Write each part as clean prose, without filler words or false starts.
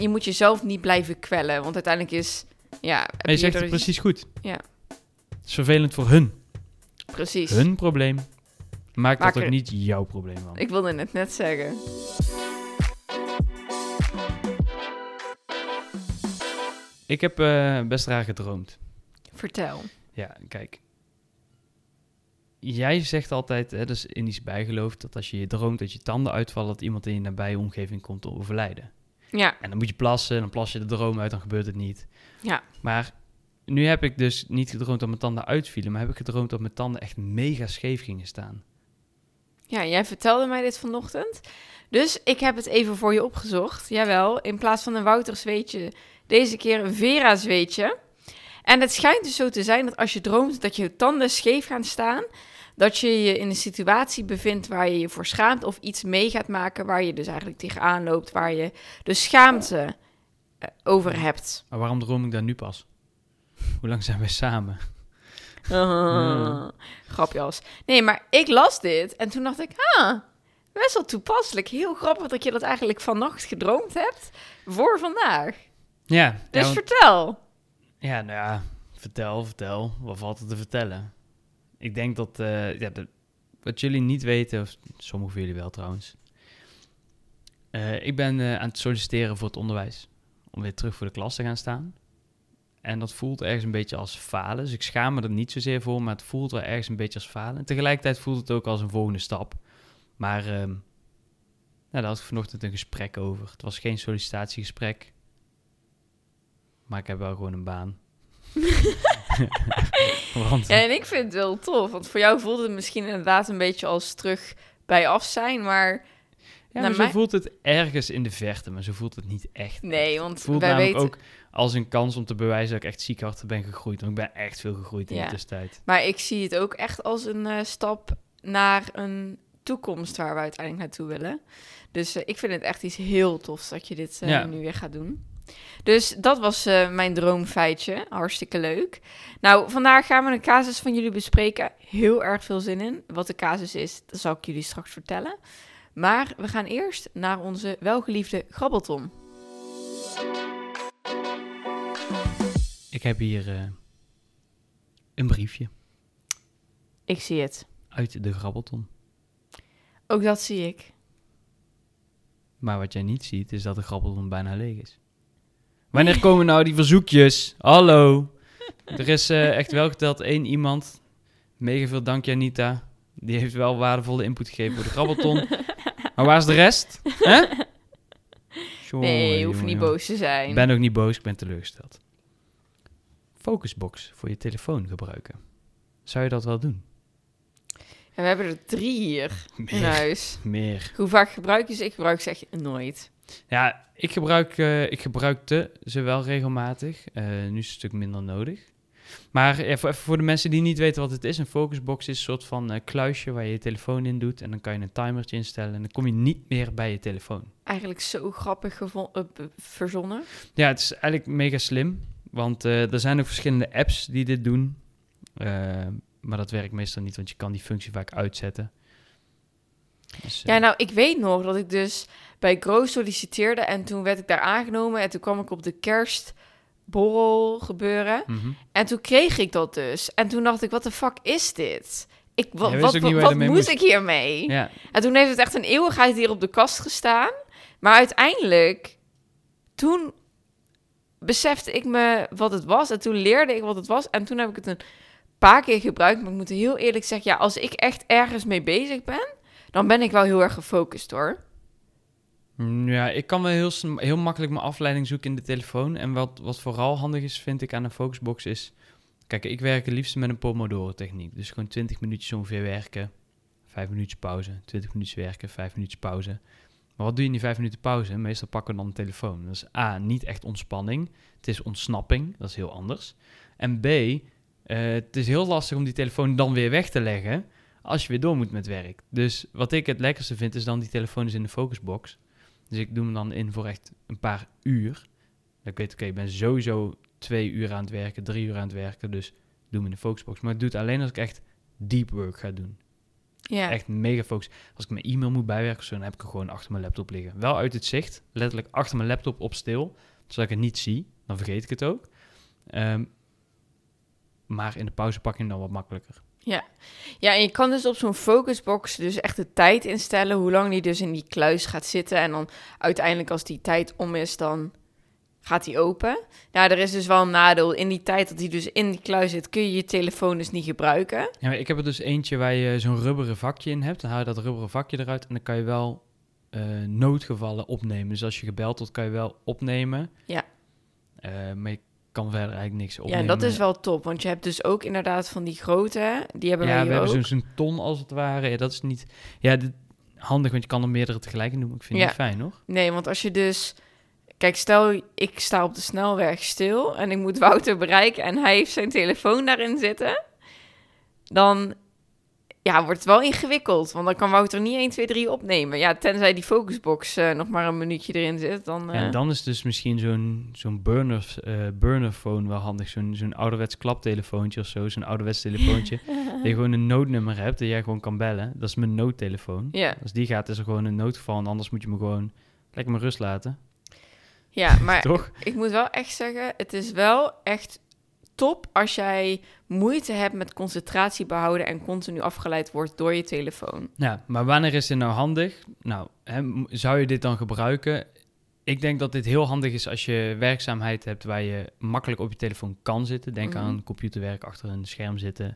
je moet jezelf niet blijven kwellen. Want uiteindelijk is... Ja, En je zegt het precies goed. Ja. Het is vervelend voor hun. Precies. Hun probleem. Maak dat er ook niet jouw probleem van. Ik wilde het net zeggen. Ik heb best raar gedroomd. Vertel. Ja, kijk. Jij zegt altijd, hè, dus Indisch bijgeloof, dat als je droomt dat je tanden uitvallen, dat iemand in je nabije omgeving komt te overlijden. Ja. En dan moet je plassen, dan plas je de droom uit, dan gebeurt het niet. Ja. Maar nu heb ik dus niet gedroomd dat mijn tanden uitvielen, maar heb ik gedroomd dat mijn tanden echt mega scheef gingen staan. Ja, jij vertelde mij dit vanochtend. Dus ik heb het even voor je opgezocht. Jawel, in plaats van een Wouter-zweetje, deze keer een Vera-zweetje. En het schijnt dus zo te zijn dat als je droomt dat je tanden scheef gaan staan, dat je je in een situatie bevindt waar je je voor schaamt of iets mee gaat maken waar je dus eigenlijk tegenaan loopt, waar je de schaamte over hebt. Maar waarom droom ik daar nu pas? Hoe lang zijn wij samen? Grapje als. Nee, maar ik las dit en toen dacht ik, best wel toepasselijk. Heel grappig dat je dat eigenlijk vannacht gedroomd hebt voor vandaag. Ja. Dus want- vertel. Ja, nou ja, vertel. Wat valt er te vertellen? Ik denk dat, wat jullie niet weten, of sommigen van jullie wel trouwens. Ik ben aan het solliciteren voor het onderwijs. Om weer terug voor de klas te gaan staan. En dat voelt ergens een beetje als falen. Dus ik schaam me er niet zozeer voor, maar het voelt wel ergens een beetje als falen. En tegelijkertijd voelt het ook als een volgende stap. Maar daar had ik vanochtend een gesprek over. Het was geen sollicitatiegesprek. Maar ik heb wel gewoon een baan. Want, Ja, en ik vind het wel tof, want voor jou voelde het misschien inderdaad een beetje als terug bij af zijn, maar... ja, naar maar zo mij- voelt het ergens in de verte, maar zo voelt het niet echt. Nee, Het want voelt wij namelijk weten... ook als een kans om te bewijzen dat ik echt ziek hard ben gegroeid. Want ik ben echt veel gegroeid in Ja. de tussentijd. Maar ik zie het ook echt als een stap naar een toekomst waar we uiteindelijk naartoe willen. Dus ik vind het echt iets heel tofs dat je dit Ja. nu weer gaat doen. Dus dat was mijn droomfeitje. Hartstikke leuk. Nou, vandaag gaan we een casus van jullie bespreken. Heel erg veel zin in. Wat de casus is, dat zal ik jullie straks vertellen. Maar we gaan eerst naar onze welgeliefde Grabbelton. Ik heb hier een briefje Ik zie het. uit de Grabbelton. Ook dat zie ik. Maar wat jij niet ziet, is dat de Grabbelton bijna leeg is. Wanneer komen nou die verzoekjes? Hallo? Er is echt wel geteld 1 iemand. Mega veel dank, Janita. Die heeft wel waardevolle input gegeven voor de Grabbelton. Maar waar is de rest? Hè? Nee, je hoeft niet boos te zijn. Ik ben ook niet boos, ik ben teleurgesteld. Focusbox voor je telefoon gebruiken. Zou je dat wel doen? En we hebben er 3 hier in huis. Meer. Hoe vaak gebruik je ze? Ik gebruik ze echt nooit. Ja, ik gebruikte ze wel regelmatig. Nu is het een stuk minder nodig. Maar voor de mensen die niet weten wat het is, een focusbox is een soort van kluisje waar je je telefoon in doet. En dan kan je een timertje instellen en dan kom je niet meer bij je telefoon. Eigenlijk zo grappig verzonnen. Ja, het is eigenlijk mega slim. Want er zijn ook verschillende apps die dit doen. Maar dat werkt meestal niet, want je kan die functie vaak uitzetten. Dus, Ja, nou, ik weet nog dat ik dus bij Gro solliciteerde en toen werd ik daar aangenomen en toen kwam ik op de kerstborrel gebeuren. mhm. En toen kreeg ik dat dus. En toen dacht ik, wat de fuck is dit? Jij wist ook niet waar je Wat ermee moest moest. ik hiermee? Ja, En toen heeft het echt een eeuwigheid hier op de kast gestaan. Maar uiteindelijk, toen besefte ik me wat het was. En toen leerde ik wat het was. En toen heb ik het een paar keer gebruikt. Maar ik moet heel eerlijk zeggen, ja, als ik echt ergens mee bezig ben, dan ben ik wel heel erg gefocust, hoor. Ja, ik kan wel heel makkelijk mijn afleiding zoeken in de telefoon. En wat vooral handig is, vind ik, aan een focusbox is... Kijk, ik werk het liefst met een Pomodoro-techniek. Dus gewoon 20 minuutjes ongeveer werken, 5 minuutjes pauze, 20 minuutjes werken, 5 minuutjes pauze. Maar wat doe je in die 5 minuten pauze? Meestal pakken we dan de telefoon. Dat is A, niet echt ontspanning. Het is ontsnapping, dat is heel anders. En B, het is heel lastig om die telefoon dan weer weg te leggen als je weer door moet met werk. Dus wat ik het lekkerste vind, is dan die telefoon is in de focusbox. Dus ik doe hem dan in voor echt een paar uur. Dat ik weet, oké, ik ben sowieso 2 uur aan het werken, 3 uur aan het werken, dus doe hem in de focusbox. Maar ik doe het alleen als ik echt deep work ga doen. Ja. echt mega focus. Als ik mijn e-mail moet bijwerken of zo, dan heb ik er gewoon achter mijn laptop liggen. Wel uit het zicht, letterlijk achter mijn laptop op stil, zodat ik het niet zie. Dan vergeet ik het ook. Maar in de pauze pak je hem dan wat makkelijker. Ja, en je kan dus op zo'n focusbox dus echt de tijd instellen, hoe lang die dus in die kluis gaat zitten. En dan uiteindelijk als die tijd om is, dan gaat die open. Nou, er is dus wel een nadeel. In die tijd dat die dus in die kluis zit, kun je je telefoon dus niet gebruiken. Ja, maar ik heb er dus eentje waar je zo'n rubberen vakje in hebt. Dan haal je dat rubberen vakje eruit en dan kan je wel noodgevallen opnemen. Dus als je gebeld wordt, kan je wel opnemen. Ja. Maar je kan verder eigenlijk niks Ja, opnemen. en dat is wel top, want je hebt dus ook inderdaad van die grote, hè? Die hebben wij Ja, hier we ook. hebben zo'n ton als het ware. Ja, dat is niet... Ja, handig, want je kan er meerdere tegelijk in doen. Ik vind het niet fijn, hoor. Nee, want als je dus... Kijk, stel, ik sta op de snelweg stil en ik moet Wouter bereiken en hij heeft zijn telefoon daarin zitten, dan wordt het wel ingewikkeld, want dan kan Wouter niet 1, 2, 3 opnemen. Ja, tenzij die focusbox nog maar een minuutje erin zit, dan... En dan is dus misschien zo'n burnerphone wel handig. Zo'n ouderwets klaptelefoontje of zo. Zo'n ouderwets telefoontje. Dat je gewoon een noodnummer hebt dat jij gewoon kan bellen. Dat is mijn noodtelefoon. Ja. Als die gaat, is er gewoon een noodgeval. En anders moet je me gewoon lekker mijn rust laten. Ja, maar Toch? ik moet wel echt zeggen, het is wel echt top als jij moeite hebt met concentratie behouden en continu afgeleid wordt door je telefoon. Ja, maar wanneer is dit nou handig? Nou, zou je dit dan gebruiken? Ik denk dat dit heel handig is als je werkzaamheid hebt waar je makkelijk op je telefoon kan zitten. Denk aan computerwerk, achter een scherm zitten.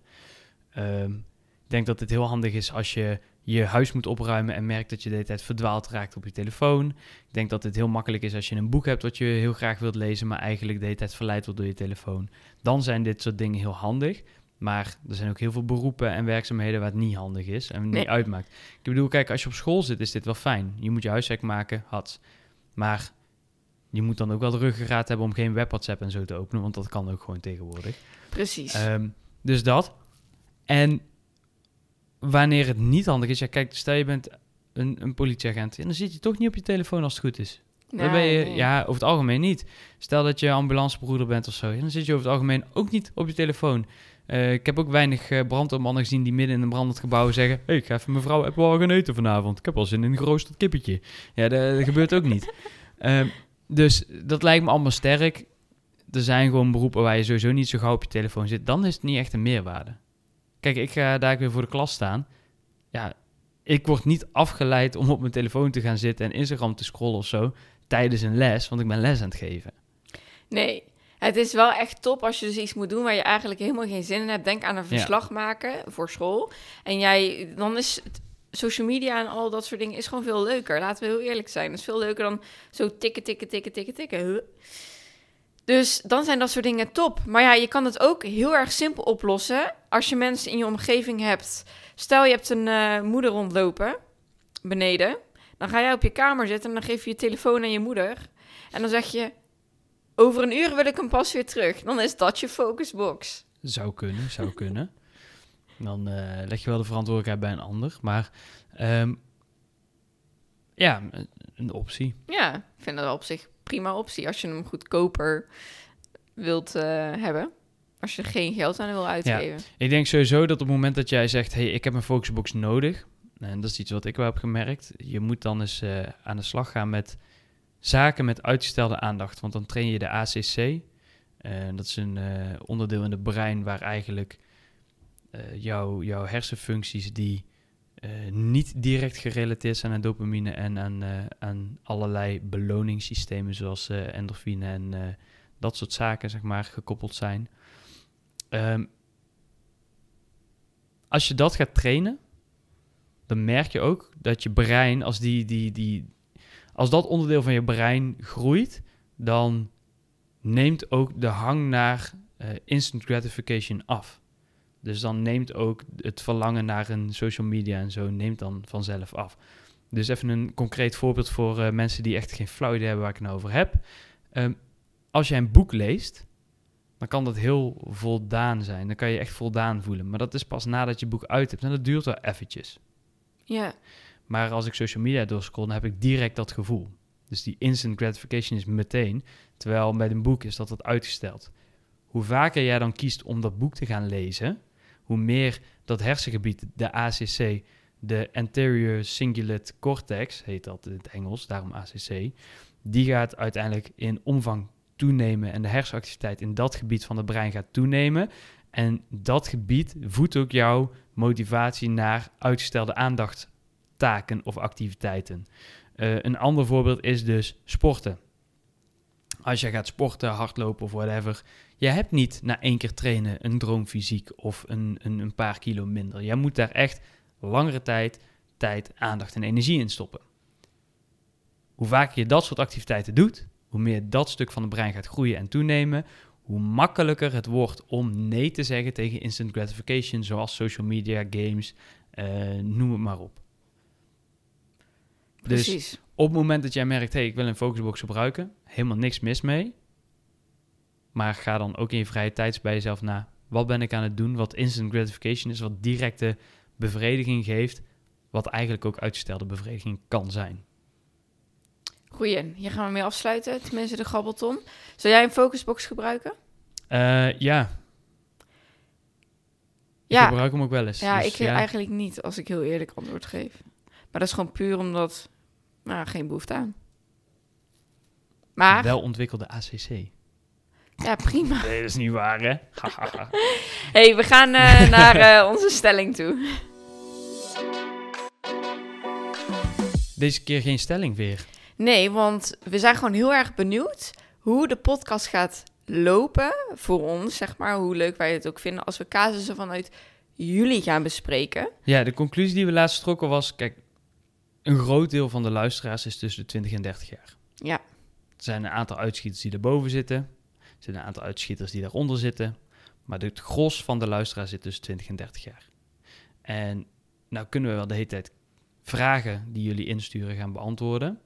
Ik denk dat dit heel handig is als je je huis moet opruimen en merkt dat je de hele tijd verdwaald raakt op je telefoon. Ik denk dat dit heel makkelijk is als je een boek hebt wat je heel graag wilt lezen, maar eigenlijk de hele tijd verleid wordt door je telefoon. Dan zijn dit soort dingen heel handig. Maar er zijn ook heel veel beroepen en werkzaamheden waar het niet handig is en niet uitmaakt. Ik bedoel, kijk, als je op school zit is dit wel fijn. Je moet je huiswerk maken, maar je moet dan ook wel de ruggengraat hebben om geen web-WhatsApp en zo te openen, want dat kan ook gewoon tegenwoordig. Precies. Dus dat. En wanneer het niet handig is, ja kijk, stel je bent een politieagent en dan zit je toch niet op je telefoon als het goed is. Dan ben je, ja, over het algemeen niet. Stel dat je ambulancebroeder bent of zo, dan zit je over het algemeen ook niet op je telefoon. Ik heb ook weinig brandweermannen gezien die midden in een brandend gebouw zeggen, hey, ik ga even mevrouw, heb wel gaan eten vanavond. Ik heb wel zin in een geroosterd kippetje. Ja, dat gebeurt ook niet. Dus dat lijkt me allemaal sterk. Er zijn gewoon beroepen waar je sowieso niet zo gauw op je telefoon zit. Dan is het niet echt een meerwaarde. Kijk, ik ga daar weer voor de klas staan. Ja, ik word niet afgeleid om op mijn telefoon te gaan zitten en Instagram te scrollen of zo tijdens een les, want ik ben les aan het geven. Nee, het is wel echt top als je dus iets moet doen waar je eigenlijk helemaal geen zin in hebt. Denk aan een verslag maken voor school. En dan is social media en al dat soort dingen is gewoon veel leuker. Laten we heel eerlijk zijn. Het is veel leuker dan zo tikken. Dus dan zijn dat soort dingen top. Maar ja, je kan het ook heel erg simpel oplossen als je mensen in je omgeving hebt. Stel, je hebt een moeder rondlopen beneden. Dan ga jij op je kamer zitten en dan geef je je telefoon aan je moeder. En dan zeg je, over een uur wil ik hem pas weer terug. Dan is dat je focusbox. Zou kunnen. Dan leg je wel de verantwoordelijkheid bij een ander. Maar ja, een optie. Ja, ik vind dat op zich prima optie als je hem goedkoper wilt hebben. Als je er geen geld aan wil uitgeven. Ja, ik denk sowieso dat op het moment dat jij zegt, hey, ik heb een focusbox nodig. En dat is iets wat ik wel heb gemerkt. Je moet dan eens aan de slag gaan met zaken met uitgestelde aandacht. Want dan train je de ACC. Dat is een onderdeel in het brein waar eigenlijk jouw hersenfuncties die niet direct gerelateerd zijn aan dopamine en aan allerlei beloningssystemen zoals endorfine en dat soort zaken, zeg maar, gekoppeld zijn. Als je dat gaat trainen, dan merk je ook dat je brein, als dat onderdeel van je brein groeit, dan neemt ook de hang naar instant gratification af. Dus dan neemt ook het verlangen naar een social media en zo neemt dan vanzelf af. Dus even een concreet voorbeeld voor mensen die echt geen flauw idee hebben waar ik het nou over heb. Als jij een boek leest, dan kan dat heel voldaan zijn. Dan kan je echt voldaan voelen. Maar dat is pas nadat je boek uit hebt. En dat duurt wel eventjes. Ja. Maar als ik social media doorscroll, dan heb ik direct dat gevoel. Dus die instant gratification is meteen. Terwijl met een boek is dat uitgesteld. Hoe vaker jij dan kiest om dat boek te gaan lezen, hoe meer dat hersengebied, de ACC, de anterior cingulate cortex, heet dat in het Engels, daarom ACC, die gaat uiteindelijk in omvang toenemen en de hersenactiviteit in dat gebied van het brein gaat toenemen. En dat gebied voedt ook jouw motivatie naar uitgestelde aandachtstaken of activiteiten. Een ander voorbeeld is dus sporten. Als je gaat sporten, hardlopen of whatever, je hebt niet na 1 keer trainen een droomfysiek of een paar kilo minder. Jij moet daar echt langere tijd, aandacht en energie in stoppen. Hoe vaker je dat soort activiteiten doet, hoe meer dat stuk van het brein gaat groeien en toenemen, hoe makkelijker het wordt om nee te zeggen tegen instant gratification, zoals social media, games, noem het maar op. Precies. Dus op het moment dat jij merkt, hey, ik wil een focusbox gebruiken, helemaal niks mis mee. Maar ga dan ook in je vrije tijd bij jezelf na, wat ben ik aan het doen, wat instant gratification is, wat directe bevrediging geeft, wat eigenlijk ook uitgestelde bevrediging kan zijn. Goeie, hier gaan we mee afsluiten, tenminste de grabbelton. Zou jij een focusbox gebruiken? Ja. Ik gebruik hem ook wel eens. Ja, dus, eigenlijk niet, als ik heel eerlijk antwoord geef. Maar dat is gewoon puur omdat, geen behoefte aan. Maar... Wel ontwikkelde ACC. Ja, prima. Nee, dat is niet waar, hè? Hey, we gaan naar onze stelling toe. Deze keer geen stelling weer. Nee, want we zijn gewoon heel erg benieuwd hoe de podcast gaat lopen voor ons, zeg maar. Hoe leuk wij het ook vinden als we casussen vanuit jullie gaan bespreken. Ja, de conclusie die we laatst trokken was, kijk, een groot deel van de luisteraars is tussen de 20 en 30 jaar. Ja. Er zijn een aantal uitschieters die erboven zitten. Er zijn een aantal uitschieters die daaronder zitten. Maar het gros van de luisteraars zit tussen 20 en 30 jaar. En nou kunnen we wel de hele tijd vragen die jullie insturen gaan beantwoorden.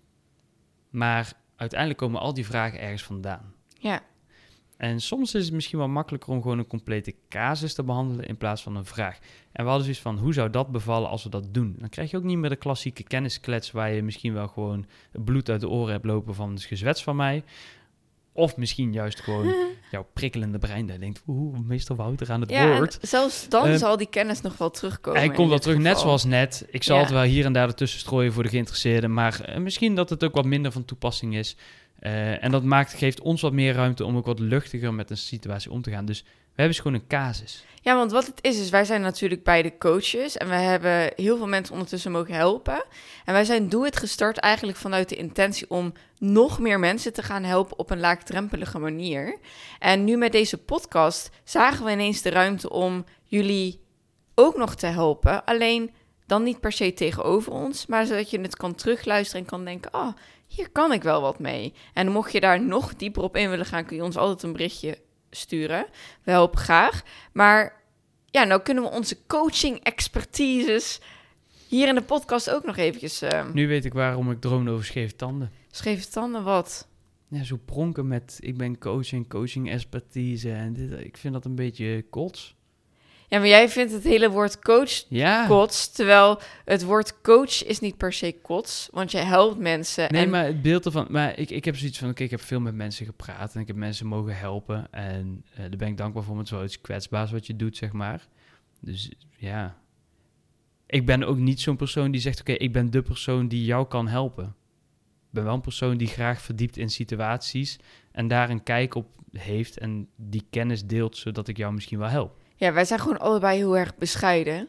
Maar uiteindelijk komen al die vragen ergens vandaan. Ja. En soms is het misschien wel makkelijker om gewoon een complete casus te behandelen in plaats van een vraag. En we hadden zoiets van, hoe zou dat bevallen als we dat doen? Dan krijg je ook niet meer de klassieke kennisklets waar je misschien wel gewoon het bloed uit de oren hebt lopen van het gezwets van mij. Of misschien juist gewoon jouw prikkelende brein dat denkt, meester Wouter aan het woord. En zelfs dan zal die kennis nog wel terugkomen. Hij komt wel terug, geval. net zoals net. Ik zal het wel hier en daar ertussen strooien voor de geïnteresseerden, maar misschien dat het ook wat minder van toepassing is. En dat geeft ons wat meer ruimte om ook wat luchtiger met een situatie om te gaan. Dus we hebben dus gewoon een casus. Ja, want wat het is wij zijn natuurlijk beide coaches en we hebben heel veel mensen ondertussen mogen helpen. En wij zijn Do It gestart eigenlijk vanuit de intentie om nog meer mensen te gaan helpen op een laagdrempelige manier. En nu met deze podcast zagen we ineens de ruimte om jullie ook nog te helpen. Alleen dan niet per se tegenover ons, maar zodat je het kan terugluisteren en kan denken, hier kan ik wel wat mee. En mocht je daar nog dieper op in willen gaan, kun je ons altijd een berichtje sturen. We helpen graag. Maar ja, nou kunnen we onze coaching-expertises hier in de podcast ook nog eventjes... Nu weet ik waarom ik droomde over scheve tanden. Scheve tanden, wat? Ja, zo pronken met ik ben coach en coaching-expertise en dit. Ik vind dat een beetje kots. Ja, maar jij vindt het hele woord coach kots, terwijl het woord coach is niet per se kots, want jij helpt mensen. Nee, maar het beeld ervan... Maar ik heb zoiets van, ik heb veel met mensen gepraat en ik heb mensen mogen helpen. En daar ben ik dankbaar voor, met zoiets kwetsbaars wat je doet, zeg maar. Dus ja, ik ben ook niet zo'n persoon die zegt, oké, ik ben de persoon die jou kan helpen. Ik ben wel een persoon die graag verdiept in situaties en daar een kijk op heeft en die kennis deelt, zodat ik jou misschien wel help. Ja, wij zijn gewoon allebei heel erg bescheiden.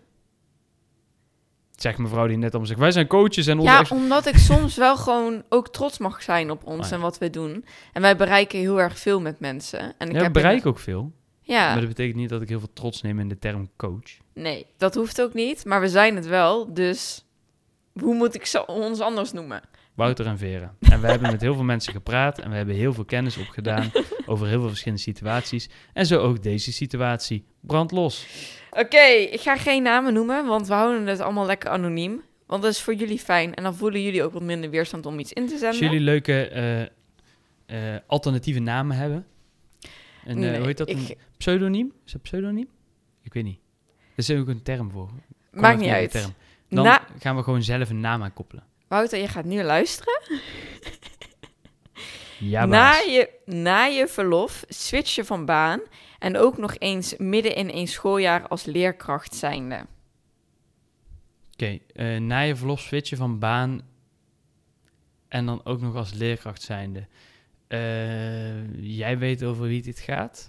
Zegt mevrouw die net allemaal zegt, wij zijn coaches en... Omdat ik soms wel gewoon ook trots mag zijn op ons en wat we doen. En wij bereiken heel erg veel met mensen. En ik bereik ook veel. Ja. Maar dat betekent niet dat ik heel veel trots neem in de term coach. Nee, dat hoeft ook niet. Maar we zijn het wel, dus hoe moet ik ons anders noemen? Wouter en Vera. En we hebben met heel veel mensen gepraat en we hebben heel veel kennis opgedaan over heel veel verschillende situaties. En zo ook deze situatie. Brand los. Oké, ik ga geen namen noemen, want we houden het allemaal lekker anoniem. Want dat is voor jullie fijn en dan voelen jullie ook wat minder weerstand om iets in te zenden. Als jullie leuke alternatieve namen hebben. En, nee, hoe heet dat? Een pseudoniem? Is dat pseudoniem? Ik weet niet. Er is ook een term voor. Maakt niet uit. Dan gaan we gewoon zelf een naam aan koppelen. Wouter, je gaat nu luisteren. Ja, na je verlof switch je van baan en ook nog eens midden in een schooljaar als leerkracht zijnde. Oké, na je verlof switchen van baan en dan ook nog als leerkracht zijnde. Jij weet over wie dit gaat?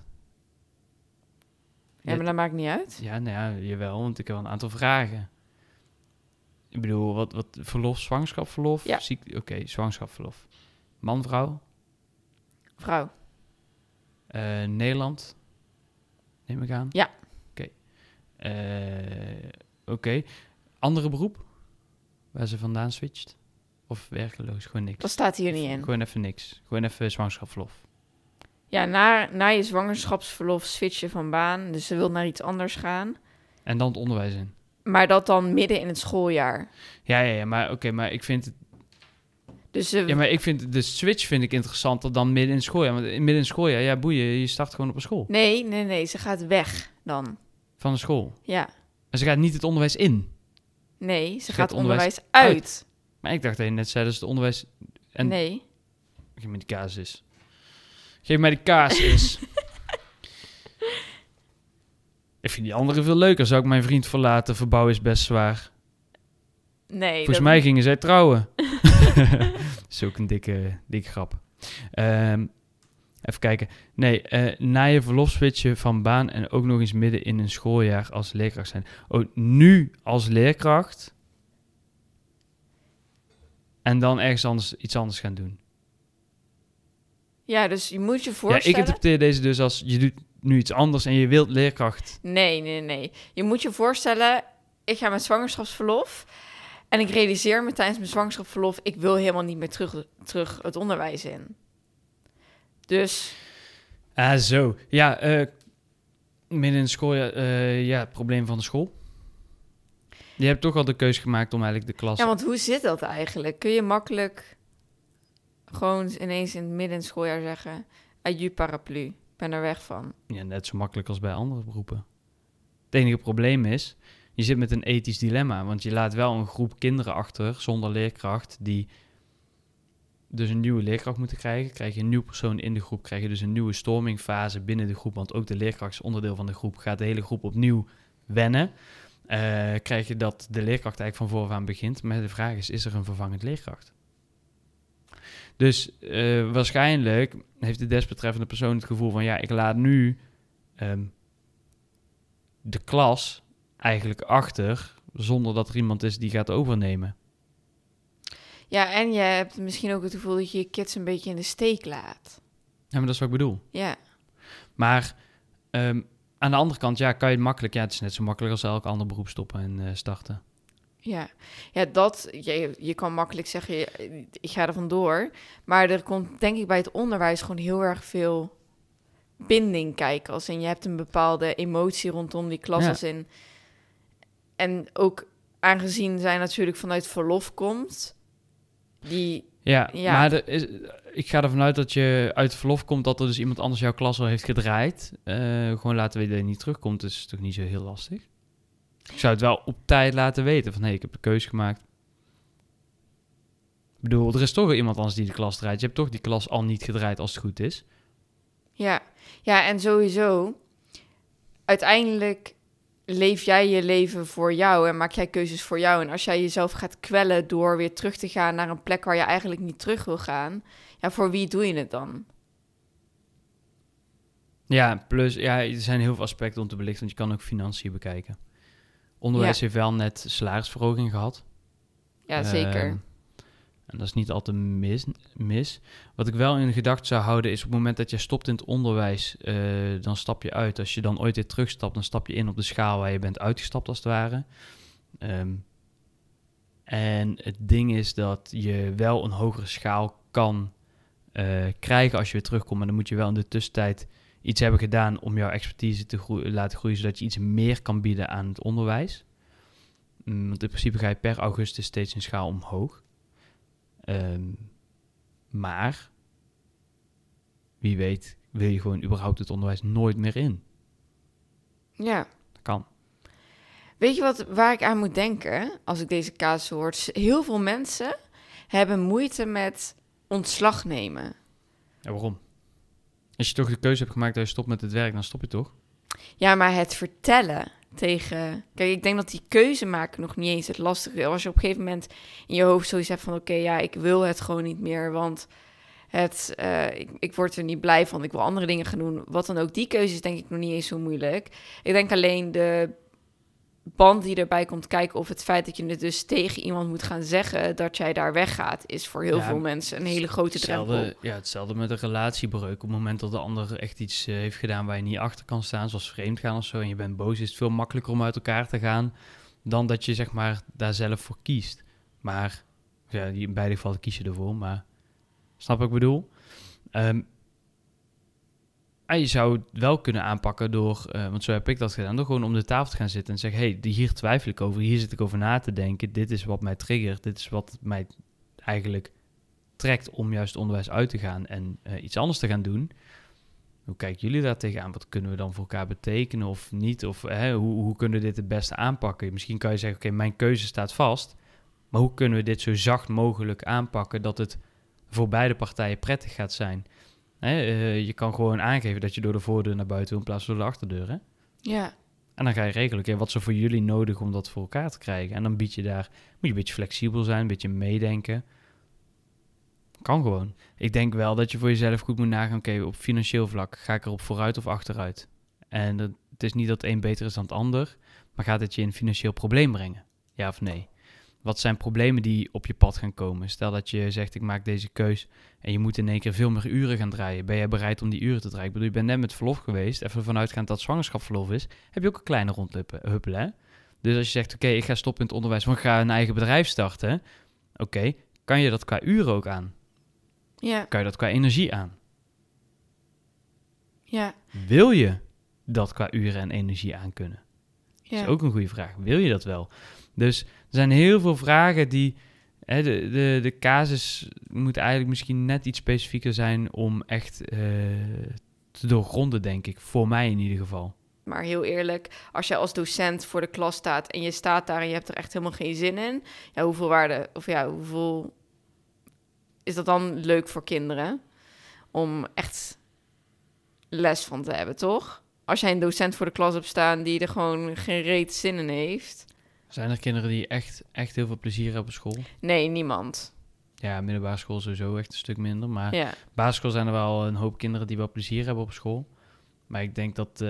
Ja, maar dat maakt niet uit. Ja, nou ja, jawel, want ik heb wel een aantal vragen. Ik bedoel, wat verlof, zwangerschapsverlof? Ja. Oké, zwangerschapsverlof. Man, vrouw? Vrouw. Nederland? Neem ik aan? Ja. Oké. Andere beroep? Waar ze vandaan switcht? Of werkeloos? Gewoon niks? Dat staat hier niet in. Gewoon even niks. Gewoon even zwangerschapsverlof. Ja, na je zwangerschapsverlof switch je van baan. Dus ze wil naar iets anders gaan. En dan het onderwijs in. Maar dat dan midden in het schooljaar. Ja, maar oké, maar ik vind het... Dus maar ik vind de switch vind ik interessanter dan midden in het schooljaar. Want midden in het schooljaar, ja boeien, je start gewoon op een school. Nee, ze gaat weg dan. Van de school. Ja. En ze gaat niet het onderwijs in. Nee, ze gaat onderwijs uit. Maar ik dacht dat je net zei, dat is het onderwijs... En... Nee. Geef me die kaas eens. Geef mij die kaas eens. Ik vind die andere veel leuker. Zou ik mijn vriend verlaten? Verbouwen is best zwaar. Nee. Volgens mij gingen zij trouwen. Dat is ook een dikke grap. Even kijken. Nee, na je verlof switchen van baan en ook nog eens midden in een schooljaar als leerkracht zijn. Oh, nu als leerkracht. En dan ergens iets anders gaan doen. Ja, dus je moet je voorstellen... Ja, ik interpreteer deze dus als je doet nu iets anders en je wilt leerkracht. Nee. Je moet je voorstellen, ik ga met zwangerschapsverlof en ik realiseer me tijdens mijn zwangerschapsverlof, ik wil helemaal niet meer terug het onderwijs in. Dus... Zo. Ja, midden in de school, het probleem van de school. Je hebt toch al de keuze gemaakt om eigenlijk de klas... Ja, want hoe zit dat eigenlijk? Kun je makkelijk gewoon ineens in het midden in het schooljaar zeggen, adieu paraplu, ik ben er weg van. Ja, net zo makkelijk als bij andere beroepen. Het enige probleem is, je zit met een ethisch dilemma, want je laat wel een groep kinderen achter zonder leerkracht die dus een nieuwe leerkracht moeten krijgen. Krijg je een nieuwe persoon in de groep, krijg je dus een nieuwe stormingfase binnen de groep, want ook de leerkracht is onderdeel van de groep, gaat de hele groep opnieuw wennen. Krijg je dat de leerkracht eigenlijk van vooraf aan begint, maar de vraag is er een vervangend leerkracht? Dus waarschijnlijk heeft de desbetreffende persoon het gevoel van, ja, ik laat nu de klas eigenlijk achter, zonder dat er iemand is die gaat overnemen. Ja, en je hebt misschien ook het gevoel dat je je kids een beetje in de steek laat. Ja, maar dat is wat ik bedoel. Ja. Maar aan de andere kant, ja, kan je het makkelijk... Ja, het is net zo makkelijk als elk ander beroep stoppen en starten. Ja, je kan makkelijk zeggen, ik ga er vandoor. Maar er komt denk ik bij het onderwijs gewoon heel erg veel binding kijken. Als in je hebt een bepaalde emotie rondom die klas. Ja. Als in, en ook aangezien zij natuurlijk vanuit verlof komt, Ja. Ja. Maar ik ga ervan uit dat je uit verlof komt, dat er dus iemand anders jouw klas al heeft gedraaid. Gewoon laten weten dat je niet terugkomt, is toch niet zo heel lastig? Ik zou het wel op tijd laten weten van, ik heb de keuze gemaakt. Ik bedoel, er is toch wel iemand anders die de klas draait. Je hebt toch die klas al niet gedraaid als het goed is. Ja, en sowieso, uiteindelijk leef jij je leven voor jou en maak jij keuzes voor jou. En als jij jezelf gaat kwellen door weer terug te gaan naar een plek waar je eigenlijk niet terug wil gaan, ja, voor wie doe je het dan? Ja, plus, er zijn heel veel aspecten om te belichten, want je kan ook financiën bekijken. Onderwijs heeft wel net salarisverhoging gehad. Ja, zeker. En dat is niet altijd mis. Wat ik wel in gedachten zou houden is, op het moment dat je stopt in het onderwijs, dan stap je uit. Als je dan ooit weer terugstapt, dan stap je in op de schaal waar je bent uitgestapt als het ware. En het ding is dat je wel een hogere schaal kan krijgen als je weer terugkomt. Maar dan moet je wel in de tussentijd iets hebben gedaan om jouw expertise te laten groeien, zodat je iets meer kan bieden aan het onderwijs. Want in principe ga je per augustus steeds een schaal omhoog. Maar wie weet wil je gewoon überhaupt het onderwijs nooit meer in. Ja. Dat kan. Weet je waar ik aan moet denken als ik deze casus hoor? Heel veel mensen hebben moeite met ontslag nemen. Ja, waarom? Als je toch de keuze hebt gemaakt dat je stopt met het werk, dan stop je toch? Ja, maar het vertellen tegen... Kijk, ik denk dat die keuze maken nog niet eens het lastige is. Als je op een gegeven moment in je hoofd zoiets hebt van... oké, ja, ik wil het gewoon niet meer, want ik word er niet blij van. Ik wil andere dingen gaan doen. Wat dan ook, die keuze is denk ik nog niet eens zo moeilijk. Ik denk alleen de band die erbij komt kijken... of het feit dat je het dus tegen iemand moet gaan zeggen... dat jij daar weggaat, is voor heel veel mensen een hele grote drempel. Ja, hetzelfde met een relatiebreuk. Op het moment dat de ander echt iets heeft gedaan waar je niet achter kan staan... zoals vreemd gaan of zo, en je bent boos... is het veel makkelijker om uit elkaar te gaan... dan dat je zeg maar daar zelf voor kiest. Maar ja, in beide gevallen kies je ervoor, maar... Snap wat ik bedoel? En je zou het wel kunnen aanpakken door... want zo heb ik dat gedaan, door gewoon om de tafel te gaan zitten... en zeggen, hey, hier twijfel ik over, hier zit ik over na te denken... dit is wat mij triggert, dit is wat mij eigenlijk trekt... om juist onderwijs uit te gaan en iets anders te gaan doen. Hoe kijken jullie daar tegenaan? Wat kunnen we dan voor elkaar betekenen of niet? Of hoe kunnen we dit het beste aanpakken? Misschien kan je zeggen, oké, mijn keuze staat vast... maar hoe kunnen we dit zo zacht mogelijk aanpakken... dat het voor beide partijen prettig gaat zijn... je kan gewoon aangeven dat je door de voordeur naar buiten wil in plaats van door de achterdeur. Hè? Ja. En dan ga je regelen, wat is er voor jullie nodig om dat voor elkaar te krijgen. En dan moet je een beetje flexibel zijn, een beetje meedenken. Kan gewoon. Ik denk wel dat je voor jezelf goed moet nagaan, oké, op financieel vlak ga ik erop vooruit of achteruit. En het is niet dat het een beter is dan het ander, maar gaat het je in een financieel probleem brengen? Ja of nee? Wat zijn problemen die op je pad gaan komen? Stel dat je zegt, ik maak deze keus en je moet in één keer veel meer uren gaan draaien. Ben jij bereid om die uren te draaien? Ik bedoel, je bent net met verlof geweest, even vanuitgaand dat zwangerschapsverlof is, heb je ook een kleine rondhuppelen, hè? Dus als je zegt, oké, ik ga stoppen in het onderwijs, want ik ga een eigen bedrijf starten. Oké, kan je dat qua uren ook aan? Ja. Kan je dat qua energie aan? Ja. Wil je dat qua uren en energie aan kunnen? Ja. Dat is ook een goede vraag. Wil je dat wel? Dus er zijn heel veel vragen die... de casus moet eigenlijk misschien net iets specifieker zijn... om echt te doorgronden, denk ik. Voor mij in ieder geval. Maar heel eerlijk, als je als docent voor de klas staat... en je staat daar en je hebt er echt helemaal geen zin in... ja, hoeveel is dat dan leuk voor kinderen? Om echt les van te hebben, toch? Als jij een docent voor de klas hebt staan... die er gewoon geen reet zin in heeft... Zijn er kinderen die echt heel veel plezier hebben op school? Nee, niemand. Ja, middelbare school sowieso echt een stuk minder. Maar Ja. basisschool zijn er wel een hoop kinderen die wel plezier hebben op school. Maar ik denk dat...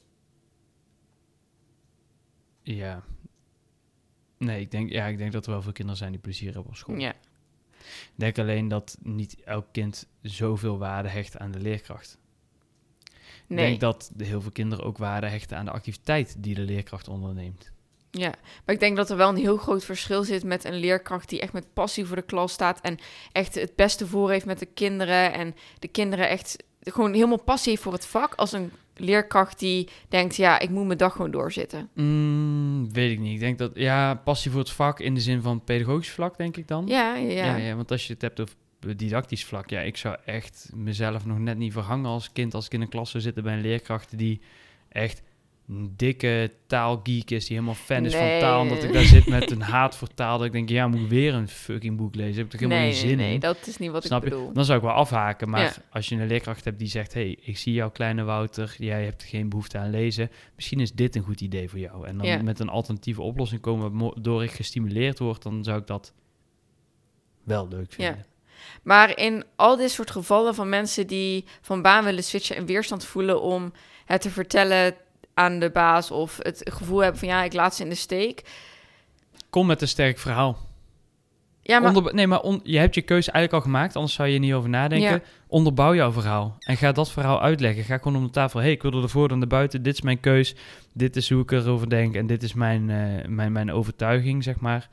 ik denk dat er wel veel kinderen zijn die plezier hebben op school. Ja. Ik denk alleen dat niet elk kind zoveel waarde hecht aan de leerkracht. Nee. Ik denk dat heel veel kinderen ook waarde hechten aan de activiteit die de leerkracht onderneemt. Ja, maar ik denk dat er wel een heel groot verschil zit met een leerkracht die echt met passie voor de klas staat en echt het beste voor heeft met de kinderen en de kinderen echt gewoon helemaal passie heeft voor het vak, als een leerkracht die denkt, ja, ik moet mijn dag gewoon doorzitten. Weet ik niet. Ik denk dat, passie voor het vak in de zin van pedagogisch vlak, denk ik dan. Ja. Want als je het hebt over didactisch vlak, ik zou echt mezelf nog net niet verhangen als kind, als ik in een klas zou zitten bij een leerkracht die echt een dikke taalgeek is, die helemaal fan is van taal, omdat ik daar zit met een haat voor taal, dat ik denk, moet ik weer een fucking boek lezen? Heb ik toch helemaal geen zin in? Nee, dat is niet wat Snap ik bedoel. Dan zou ik wel afhaken, maar als je een leerkracht hebt die zegt, hey, ik zie jou kleine Wouter, jij hebt geen behoefte aan lezen, misschien is dit een goed idee voor jou. En dan met een alternatieve oplossing komen, waardoor ik gestimuleerd word, dan zou ik dat wel leuk vinden. Ja. Maar in al dit soort gevallen van mensen die van baan willen switchen en weerstand voelen om het te vertellen aan de baas of het gevoel hebben van ik laat ze in de steek. Kom met een sterk verhaal. Ja, maar... je hebt je keuze eigenlijk al gemaakt, anders zou je er niet over nadenken. Ja. Onderbouw jouw verhaal en ga dat verhaal uitleggen. Ga gewoon om de tafel, hey, ik wil er ervoor dan naar buiten, dit is mijn keus, dit is hoe ik erover denk en dit is mijn overtuiging, zeg maar.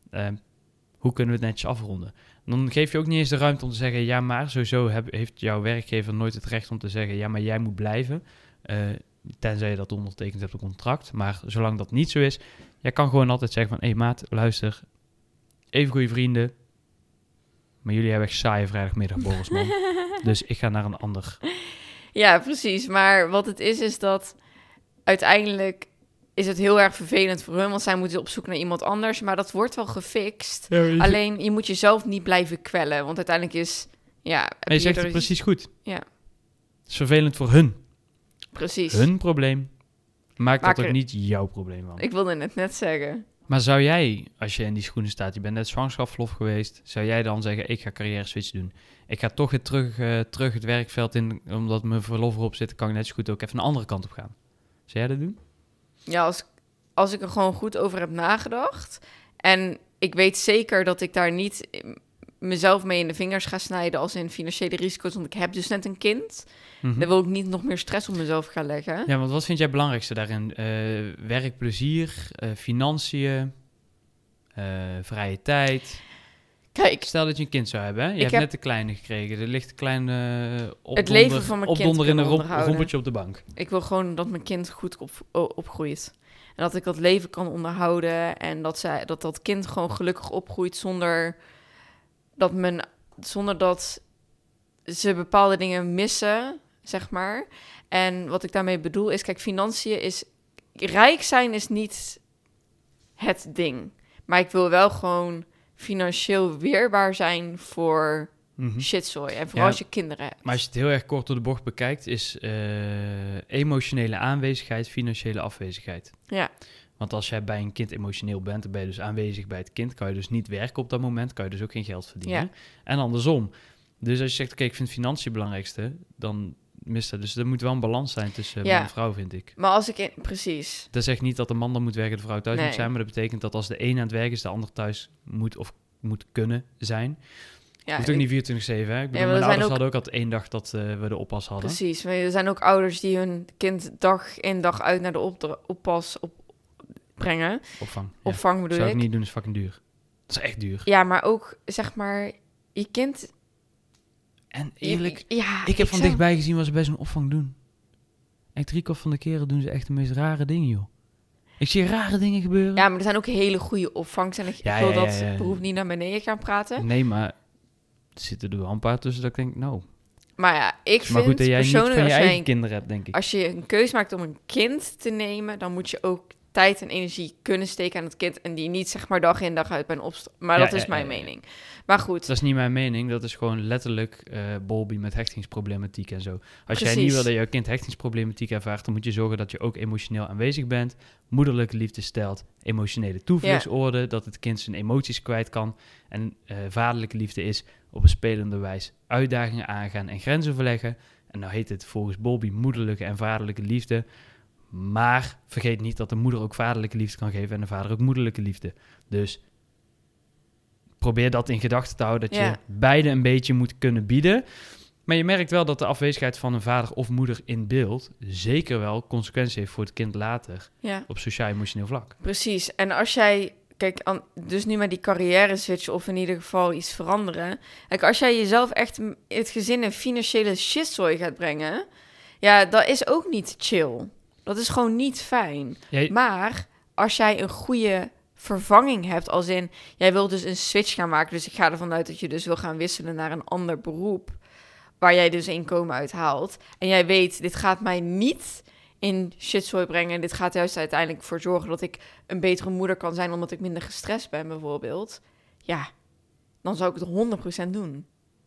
Hoe kunnen we het netjes afronden? Dan geef je ook niet eens de ruimte om te zeggen, ja, maar sowieso heeft jouw werkgever nooit het recht om te zeggen, ja, maar jij moet blijven. Tenzij je dat ondertekend hebt, een contract. Maar zolang dat niet zo is, jij kan gewoon altijd zeggen van, hey maat, luister, even goede vrienden, maar jullie hebben echt saaie vrijdagmiddagborrels, man. Dus ik ga naar een ander. Ja, precies. Maar wat het is dat uiteindelijk is het heel erg vervelend voor hun, want zij moeten op zoek naar iemand anders. Maar dat wordt wel gefixt. Ja, alleen, je moet jezelf niet blijven kwellen, want uiteindelijk is... Ja, je zegt het precies goed. Ja. Het is vervelend voor hun. Precies. Hun probleem. maakt Maak dat ook er- niet jouw probleem van. Ik wilde het net zeggen. Maar zou jij, als je in die schoenen staat, je bent net zwangerschapsverlof geweest, zou jij dan zeggen, ik ga carrière switch doen? Ik ga toch weer terug het werkveld in, omdat mijn verlof erop zit, kan ik net zo goed ook even een andere kant op gaan. Zou jij dat doen? Ja, als ik er gewoon goed over heb nagedacht. En ik weet zeker dat ik daar niet mezelf mee in de vingers ga snijden als in financiële risico's. Want ik heb dus net een kind. Mhm. Dan wil ik niet nog meer stress op mezelf gaan leggen. Ja, want wat vind jij het belangrijkste daarin? Werkplezier, financiën, vrije tijd. Kijk, Stel dat je een kind zou hebben, hè? Je hebt heb- net de kleine gekregen. Er ligt een kleine Het leven van mijn kind opdonder in een kunnen onderhouden. rompertje op de bank. ik wil gewoon dat mijn kind goed opgroeit. En dat ik dat leven kan onderhouden. En dat kind gewoon gelukkig opgroeit zonder dat ze bepaalde dingen missen, zeg maar. En wat ik daarmee bedoel is, kijk, financiën is... Rijk zijn is niet het ding. Maar ik wil wel gewoon financieel weerbaar zijn voor Mhm. shitzooi. En vooral Ja, als je kinderen hebt. Maar als je het heel erg kort door de bocht bekijkt, is emotionele aanwezigheid, financiële afwezigheid. Ja, Want als jij bij een kind emotioneel bent, dan ben je dus aanwezig bij het kind, kan je dus niet werken op dat moment, kan je dus ook geen geld verdienen. Ja. En andersom. Dus als je zegt, oké, ik vind financiën het belangrijkste, dan mist dat. Dus er moet wel een balans zijn tussen Ja. man en vrouw, vind ik. maar als ik... Precies. Dat zegt niet dat de man dan moet werken en de vrouw thuis Nee. moet zijn, maar dat betekent dat als de een aan het werk is, de ander thuis moet of moet kunnen zijn. Ja, Hoeft ook niet 24/7, hè? Ik bedoel, maar er mijn zijn ouders ook- hadden ook altijd 1 dag dat we de oppas hadden. Precies. Maar er zijn ook ouders die hun kind dag in dag uit naar de oppas brengen. Opvang. Ja. Opvang bedoel Zou ik. ik niet doen, is fucking duur. Dat is echt duur. Ja, maar ook, zeg maar, je kind... En eerlijk, Ja, ik heb van zou- dichtbij gezien wat ze bij zo'n opvang doen. Echt 3/4 van de keren doen ze echt de meest rare dingen, joh. Ik zie rare dingen gebeuren. Ja, maar er zijn ook hele goede opvangs. En ik Ja, wil ja, dat ja, ja. beroep niet naar beneden gaan praten. Nee, maar er zitten er wel een paar tussen dat ik denk, nou. Maar ja, ik Maar vind goed dat jij niet persoonlijk... van je als jij eigen kinderen hebt, denk ik. Als je een keus maakt om een kind te nemen, dan moet je ook tijd en energie kunnen steken aan het kind en die niet zeg maar dag in dag uit bij een opstand. Maar Ja, dat is ja, mijn ja, ja. mening. Maar goed, Dat is niet mijn mening, dat is gewoon letterlijk Bobby met hechtingsproblematiek en zo. Als jij Precies. niet wil dat jouw kind hechtingsproblematiek ervaart, dan moet je zorgen dat je ook emotioneel aanwezig bent, moederlijke liefde stelt, emotionele toevluchtsoorden, dat het kind zijn emoties kwijt kan en vaderlijke liefde is op een spelende wijze uitdagingen aangaan en grenzen verleggen. En nou heet het volgens Bobby moederlijke en vaderlijke liefde, maar vergeet niet dat de moeder ook vaderlijke liefde kan geven en de vader ook moederlijke liefde. Dus probeer dat in gedachten te houden, dat je Ja. beide een beetje moet kunnen bieden. Maar je merkt wel dat de afwezigheid van een vader of moeder in beeld zeker wel consequenties heeft voor het kind later ja, op sociaal-emotioneel vlak. precies. En als jij, kijk, dus nu met die carrière switch of in ieder geval iets veranderen. Kijk, als jij jezelf echt het gezin in financiële shitzooi gaat brengen, ja, dat is ook niet chill. Dat is gewoon niet fijn. Maar als jij een goede vervanging hebt, als in, jij wilt dus een switch gaan maken, dus ik ga ervan uit dat je dus wil gaan wisselen naar een ander beroep, waar jij dus inkomen uit haalt. En jij weet, dit gaat mij niet in shitzooi brengen. Dit gaat juist uiteindelijk voor zorgen dat ik een betere moeder kan zijn, omdat ik minder gestrest ben bijvoorbeeld. Ja, dan zou ik het 100% doen.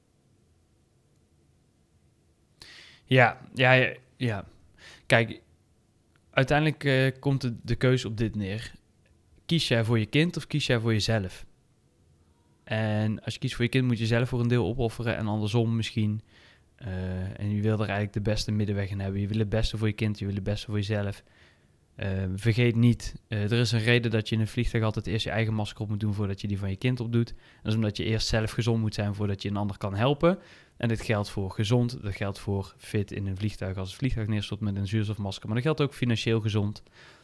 Ja. Kijk, uiteindelijk komt de keuze op dit neer. Kies jij voor je kind of kies jij voor jezelf? En als je kiest voor je kind, moet je zelf voor een deel opofferen en andersom misschien. En je wil er eigenlijk de beste middenweg in hebben. Je wil het beste voor je kind, je wil het beste voor jezelf. Vergeet niet, er is een reden dat je in een vliegtuig altijd eerst je eigen masker op moet doen voordat je die van je kind opdoet. Dat is omdat je eerst zelf gezond moet zijn voordat je een ander kan helpen. En dit geldt voor gezond, dat geldt voor fit in een vliegtuig als het vliegtuig neerstort met een zuurstofmasker. Maar dat geldt ook financieel gezond.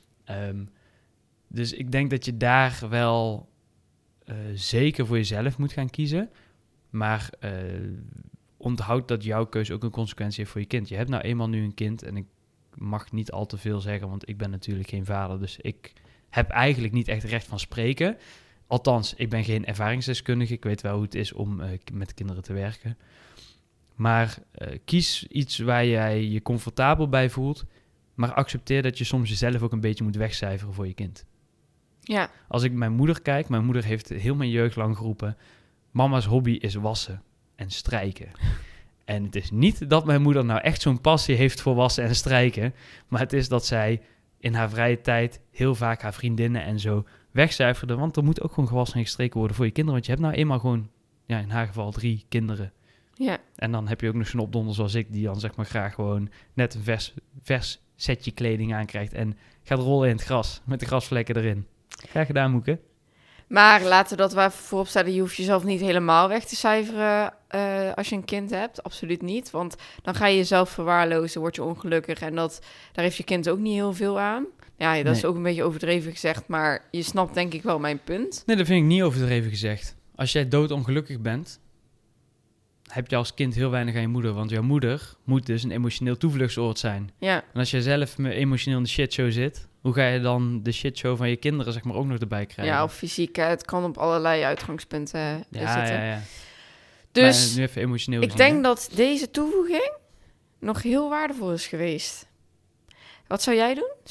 Dus ik denk dat je daar wel zeker voor jezelf moet gaan kiezen. Maar onthoud dat jouw keuze ook een consequentie heeft voor je kind. Je hebt nou eenmaal nu een kind en ik mag niet al te veel zeggen, want ik ben natuurlijk geen vader. Dus ik heb eigenlijk niet echt recht van spreken. Althans, ik ben geen ervaringsdeskundige. Ik weet wel hoe het is om met kinderen te werken. Maar kies iets waar jij je comfortabel bij voelt. Maar accepteer dat je soms jezelf ook een beetje moet wegcijferen voor je kind. Ja, Als ik mijn moeder kijk, mijn moeder heeft heel mijn jeugd lang geroepen, mama's hobby is wassen en strijken. En het is niet dat mijn moeder nou echt zo'n passie heeft voor wassen en strijken, maar het is dat zij in haar vrije tijd heel vaak haar vriendinnen en zo wegcijferde. Want er moet ook gewoon gewassen en gestreken worden voor je kinderen. Want je hebt nou eenmaal gewoon, ja, in haar geval 3 kinderen. Ja. En dan heb je ook nog zo'n opdonder zoals ik, die dan zeg maar graag gewoon net een vers setje kleding aankrijgt en gaat rollen in het gras met de grasvlekken erin. Graag gedaan, Moeke. Maar laten we dat wel even voorop stellen. Je hoeft jezelf niet helemaal weg te cijferen als je een kind hebt. Absoluut niet. Want dan ga je jezelf verwaarlozen, word je ongelukkig. En daar heeft je kind ook niet heel veel aan. Ja, dat is ook een beetje overdreven gezegd. Maar je snapt denk ik wel mijn punt. Nee, dat vind ik niet overdreven gezegd. Als jij doodongelukkig bent, heb je als kind heel weinig aan je moeder. Want jouw moeder moet dus een emotioneel toevluchtsoord zijn. Ja. En als jij zelf emotioneel in de shitshow zit, hoe ga je dan de shitshow van je kinderen zeg maar ook nog erbij krijgen? Ja, of fysiek. Het kan op allerlei uitgangspunten zitten. Ja. Dus maar nu even emotioneel ik denk dat deze toevoeging nog heel waardevol is geweest. Wat zou jij doen?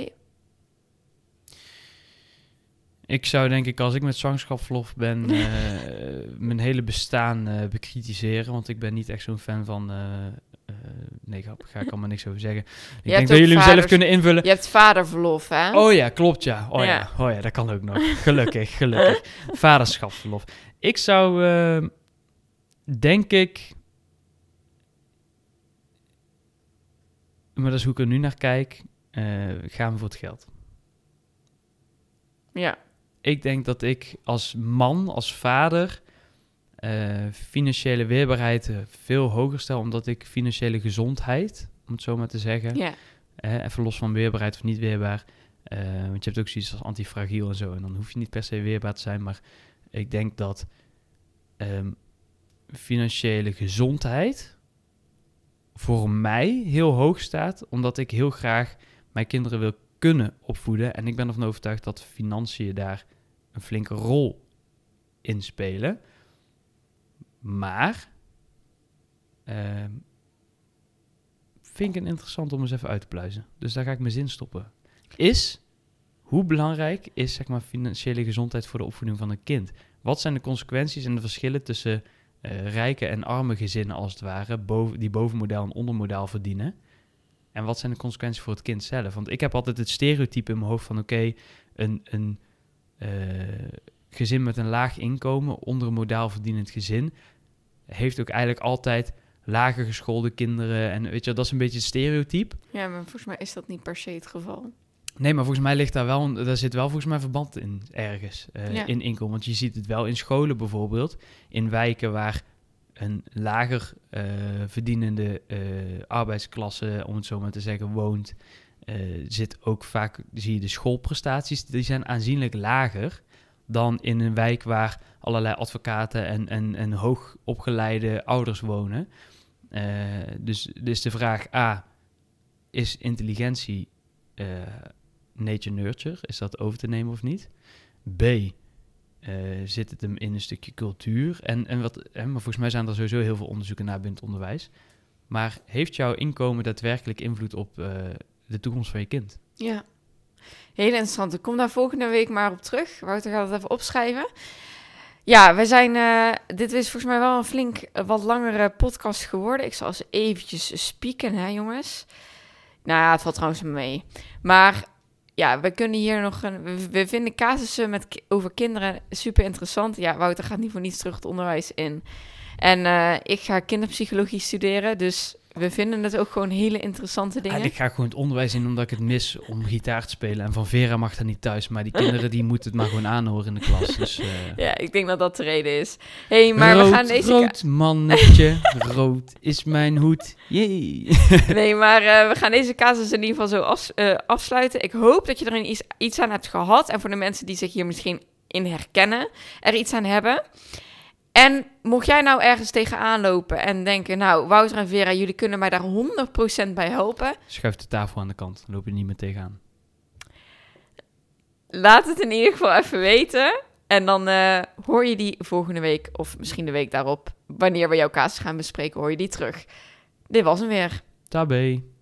Ik zou denk ik, als ik met zwangerschapsverlof ben, mijn hele bestaan bekritiseren. Want ik ben niet echt zo'n fan van... nee, ga ik allemaal niks over zeggen. Ik denk dat jullie hem zelf kunnen invullen. Je hebt vaderverlof, hè? Oh ja, klopt ja. Oh ja, dat kan ook nog. Gelukkig. Vaderschapsverlof. Ik zou, denk ik... Maar dat is hoe ik er nu naar kijk. Gaan we voor het geld. Ja. Ik denk dat ik als man, als vader, financiële weerbaarheid veel hoger stel, omdat ik financiële gezondheid, om het zo maar te zeggen, even los van weerbaarheid of niet weerbaar, want je hebt ook zoiets als antifragiel en zo, en dan hoef je niet per se weerbaar te zijn, maar ik denk dat financiële gezondheid voor mij heel hoog staat, omdat ik heel graag mijn kinderen wil kunnen opvoeden. En ik ben ervan overtuigd dat financiën daar een flinke rol in spelen. Maar vind ik het interessant om eens even uit te pluizen. Dus daar ga ik mijn zin stoppen. Hoe belangrijk is zeg maar financiële gezondheid voor de opvoeding van een kind? Wat zijn de consequenties en de verschillen tussen rijke en arme gezinnen als het ware, die bovenmodaal en ondermodaal verdienen? En wat zijn de consequenties voor het kind zelf? Want ik heb altijd het stereotype in mijn hoofd van een gezin met een laag inkomen, onder een modaal verdienend gezin, heeft ook eigenlijk altijd lager geschoolde kinderen. En weet je, dat is een beetje het stereotype. Ja, maar volgens mij is dat niet per se het geval. Nee, maar volgens mij daar zit wel volgens mij verband in ergens, in inkomen. Want je ziet het wel in scholen bijvoorbeeld, in wijken waar een lager verdienende arbeidsklasse, om het zo maar te zeggen, woont, zit ook vaak, zie je de schoolprestaties, die zijn aanzienlijk lager dan in een wijk waar allerlei advocaten en hoogopgeleide ouders wonen. Dus de vraag A, is intelligentie nature-nurture? Is dat over te nemen of niet? B, zit het hem in een stukje cultuur? Maar volgens mij zijn er sowieso heel veel onderzoeken naar binnen het onderwijs. Maar heeft jouw inkomen daadwerkelijk invloed op de toekomst van je kind? Ja, heel interessant. Ik kom daar volgende week maar op terug. Wouter gaat het even opschrijven. Ja, dit is volgens mij wel een flink wat langere podcast geworden. Ik zal eens eventjes spieken, hè jongens. Nou ja, het valt trouwens mee. Maar ja, we kunnen hier nog we vinden casussen over kinderen super interessant. Ja, Wouter gaat niet voor niets terug het onderwijs in. En ik ga kinderpsychologie studeren, dus we vinden het ook gewoon hele interessante dingen. Ik ga gewoon het onderwijs in omdat ik het mis om gitaar te spelen. En van Vera mag dat niet thuis, maar die kinderen die moeten het maar gewoon aanhoren in de klas. Dus, ja, ik denk dat dat de reden is. Hey, maar we gaan deze rood mannetje, rood is mijn hoed. Yay. Nee, maar we gaan deze casus in ieder geval zo afsluiten. Ik hoop dat je er iets aan hebt gehad. En voor de mensen die zich hier misschien in herkennen, er iets aan hebben. En mocht jij nou ergens tegenaan lopen en denken, nou, Wouter en Vera, jullie kunnen mij daar 100% bij helpen. Schuif de tafel aan de kant, dan loop je niet meer tegenaan. Laat het in ieder geval even weten. En dan hoor je die volgende week, of misschien de week daarop, wanneer we jouw casus gaan bespreken, hoor je die terug. Dit was hem weer. Tabé.